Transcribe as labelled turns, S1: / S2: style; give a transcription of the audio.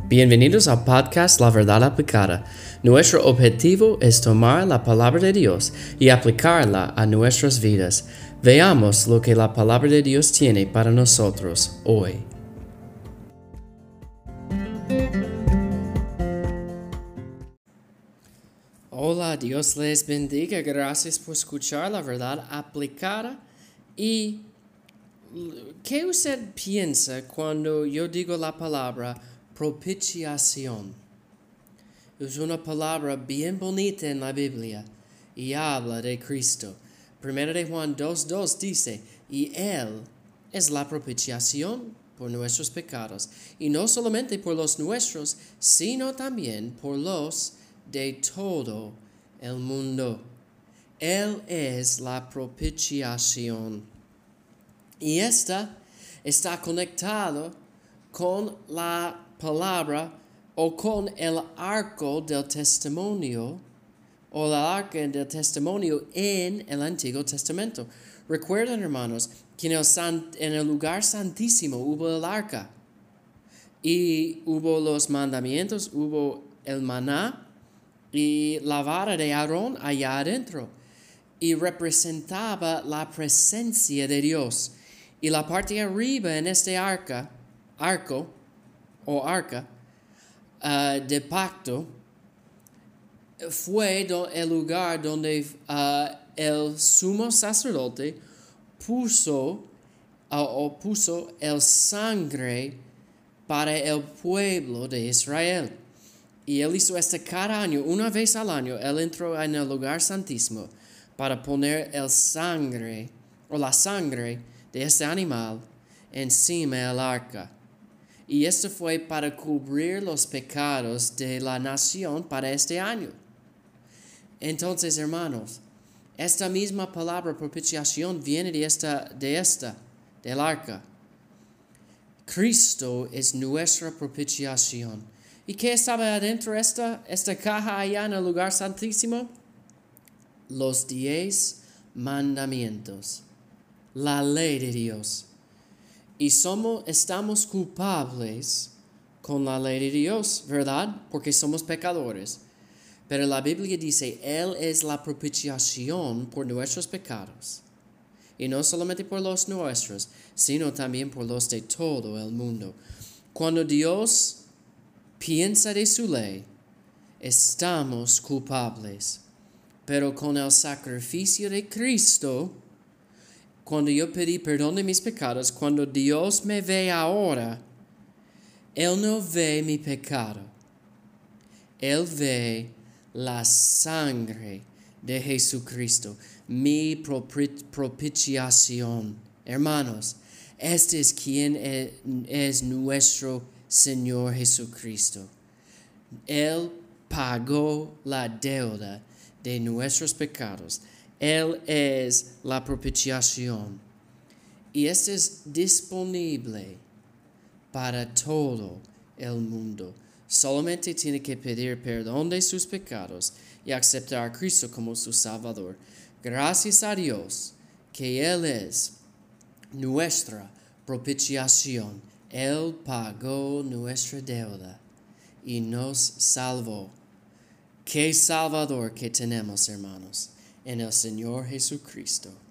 S1: Bienvenidos al podcast La Verdad Aplicada. Nuestro objetivo es tomar la palabra de Dios y aplicarla a nuestras vidas. Veamos lo que la palabra de Dios tiene para nosotros hoy. Hola, Dios les bendiga. Gracias por escuchar la verdad aplicada. ¿Y qué usted piensa cuando yo digo la palabra propiciación? Es una palabra bien bonita en la Biblia y habla de Cristo. Primero de Juan 2:2 dice, y Él es la propiciación por nuestros pecados, y no solamente por los nuestros, sino también por los de todo el mundo. Él es la propiciación. Y esta está conectado con la palabra o con el arco del testimonio o la arca del testimonio en el Antiguo Testamento. Recuerden, hermanos, que en el lugar santísimo hubo el arca y hubo los mandamientos, hubo el maná y la vara de Aarón allá adentro y representaba la presencia de Dios. Y la parte de arriba en este arca de pacto fue el lugar donde el sumo sacerdote puso el sangre para el pueblo de Israel. Y él hizo esto cada año, una vez al año. Él entró en el lugar santísimo para poner la sangre de este animal encima del arca. Y esto fue para cubrir los pecados de la nación para este año. Entonces, hermanos, esta misma palabra propiciación viene del arca. Cristo es nuestra propiciación. ¿Y qué estaba adentro esta caja allá en el lugar santísimo? Los 10 mandamientos, la ley de Dios. Y estamos culpables con la ley de Dios, ¿verdad? Porque somos pecadores. Pero la Biblia dice, Él es la propiciación por nuestros pecados. Y no solamente por los nuestros, sino también por los de todo el mundo. Cuando Dios piensa de su ley, estamos culpables. Pero con el sacrificio de Cristo, cuando yo pedí perdón de mis pecados, cuando Dios me ve ahora, Él no ve mi pecado. Él ve la sangre de Jesucristo, mi propiciación. Hermanos, este es quien es nuestro Señor Jesucristo. Él pagó la deuda de nuestros pecados. Él es la propiciación. Y este es disponible para todo el mundo. Solamente tiene que pedir perdón de sus pecados y aceptar a Cristo como su Salvador. Gracias a Dios que Él es nuestra propiciación. Él pagó nuestra deuda y nos salvó. Qué Salvador que tenemos, hermanos, en el Señor Jesucristo.